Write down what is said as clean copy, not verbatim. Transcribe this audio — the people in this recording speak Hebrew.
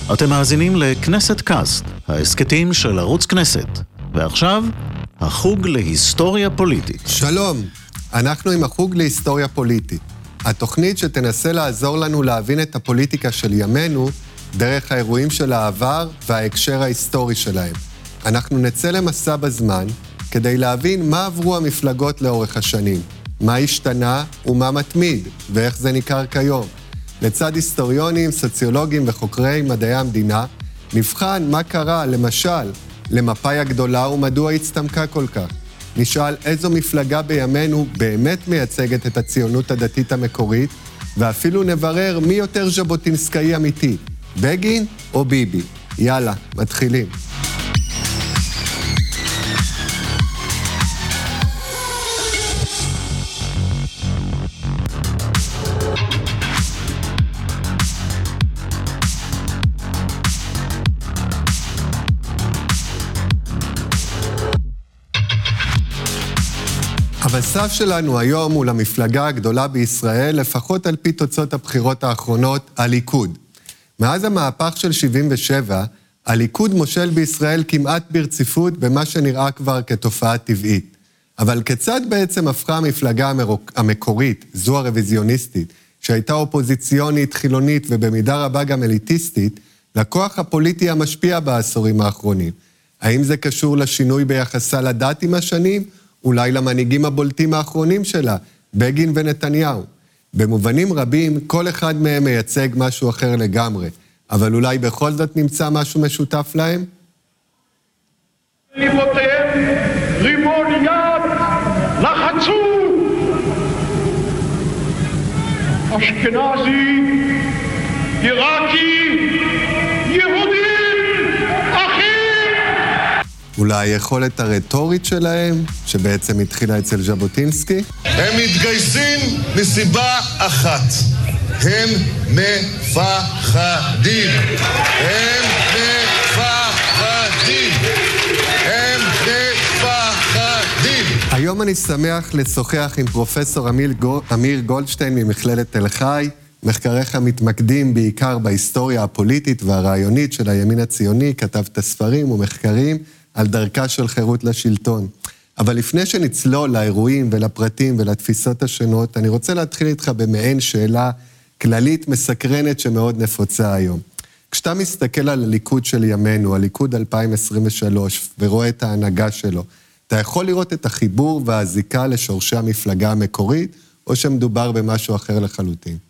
אתם מאזינים לכנסת קאסט, ההסכתים של ערוץ כנסת. ועכשיו, החוג להיסטוריה פוליטית. שלום, אנחנו עם החוג להיסטוריה פוליטית. התוכנית שתנסה לעזור לנו להבין את הפוליטיקה של ימינו דרך האירועים של העבר וההקשר ההיסטורי שלהם. אנחנו נצא למסע בזמן כדי להבין מה עברו המפלגות לאורך השנים, מה השתנה ומה מתמיד, ואיך זה ניכר כיום. לצד היסטוריונים, סוציולוגים וחוקרי מדעי המדינה, נבחן מה קרה, למשל, למפא"י הגדולה ומדוע הצטמקה כל כך. נשאל איזו מפלגה בימינו באמת מייצגת את הציונות הדתית המקורית, ואפילו נברר מי יותר ז'בוטינסקאי אמיתי, בגין או ביבי. יאללה, מתחילים. המסע שלנו היום הוא למפלגה הגדולה בישראל, לפחות על פי תוצאות הבחירות האחרונות, הליכוד. מאז המהפך של 77, הליכוד מושל בישראל כמעט ברציפות במה שנראה כבר כתופעה טבעית. אבל כיצד בעצם הפכה המפלגה המקורית, זו הרוויזיוניסטית, שהייתה אופוזיציונית, חילונית ובמידה רבה גם אליטיסטית, לכוח הפוליטי המשפיע בעשורים האחרונים? האם זה קשור לשינוי ביחסה לדת עם השנים? אולי למנהיגים הבולטים האחרונים שלה, בגין ונתניהו. במובנים רבים, כל אחד מהם מייצג משהו אחר לגמרי, אבל אולי בכל זאת נמצא משהו משותף להם? ליבותיהם רימון יד לחצו אשכנזי, עיראקי, יהודי, אחים. אולי היכולת הרטורית שלהם, שבעצם התחילה אצל ז'בוטינסקי? הם מתגייסים מסיבה אחת, הם מפחדים. הם מפחדים. הם מפחדים. היום אני שמח לשוחח עם פרופסור אמיר גולדשטיין ממכללת תל חי. מחקריך מתמקדים בעיקר בהיסטוריה הפוליטית והרעיונית של הימין הציוני, כתבת ספרים ומחקרים על דרכה של חירות לשלטון. אבל לפני שנצלול לאירועים ולפרטים ולתפיסות השונות, אני רוצה להתחיל איתך במעין שאלה כללית מסקרנת שמאוד נפוצה היום. כשאתה מסתכל על הליכוד של ימינו, הליכוד 2023, ורואה את ההנהגה שלו, אתה יכול לראות את החיבור והזיקה לשורשי המפלגה המקורית, או שמדובר במשהו אחר לחלוטין?